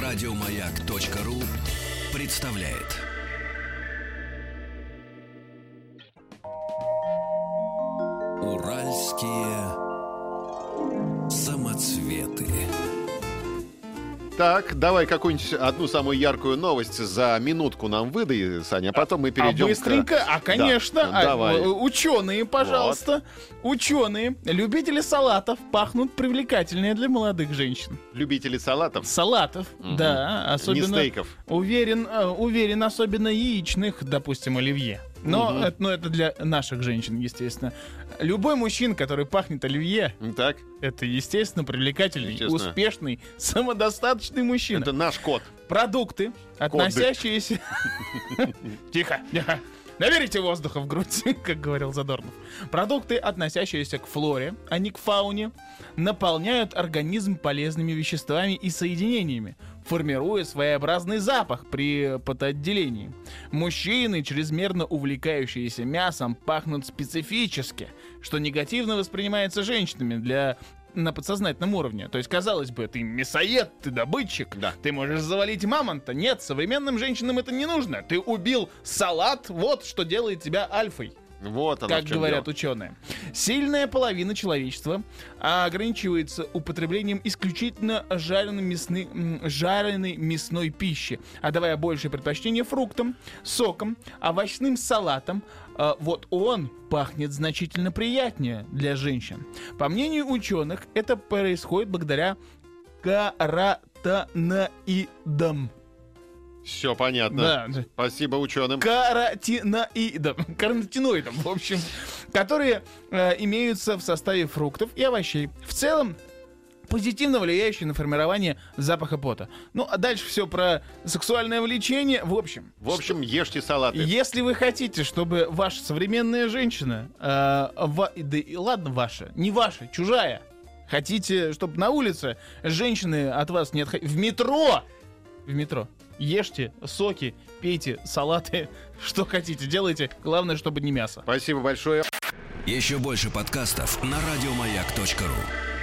Радиомаяк.ру представляет. Уральские самоцветы. Так, давай какую-нибудь одну самую яркую новость за минутку нам выдай, Саня, а потом мы перейдем быстренько? Да, Конечно. давай. Ученые, пожалуйста. Вот. Ученые, любители салатов, пахнут привлекательнее для молодых женщин. Любители салатов? Салатов, да. Особенно, не стейков. Уверен, особенно яичных, допустим, оливье. Но это для наших женщин, естественно. Любой мужчина, который пахнет оливье, так. Это, естественно, привлекательный, успешный, самодостаточный мужчина. Это наш кот. Продукты, относящиеся... Тихо. Наберите воздуха в грудь, как говорил Задорнов. Продукты, относящиеся к флоре, а не к фауне, наполняют организм полезными веществами и соединениями, формируя своеобразный запах при потоотделении. Мужчины, чрезмерно увлекающиеся мясом, пахнут специфически, что негативно воспринимается женщинами на подсознательном уровне. То есть, казалось бы, ты мясоед, ты добытчик, ты можешь завалить мамонта. Нет, современным женщинам это не нужно. Ты убил салат, вот что делает тебя альфой. Вот оно, как говорят ученые. Сильная половина человечества ограничивается употреблением исключительно жареной мясной пищи, отдавая большее предпочтение фруктам, сокам, овощным салатам. Вот он пахнет значительно приятнее для женщин. По мнению ученых, это происходит благодаря каротиноидам. Все понятно. Да. Спасибо ученым. Каротиноидам, в общем, которые имеются в составе фруктов и овощей. В целом, позитивно влияющие на формирование запаха пота. Ну, а дальше все про сексуальное влечение. В общем, ешьте салаты. Если вы хотите, чтобы ваша современная женщина, ладно ваша, не ваша, чужая, хотите, чтобы на улице женщины от вас не отходили, в метро, ешьте соки, пейте салаты, что хотите, делайте. Главное, чтобы не мясо. Спасибо большое. Еще больше подкастов на радиомаяк.ру.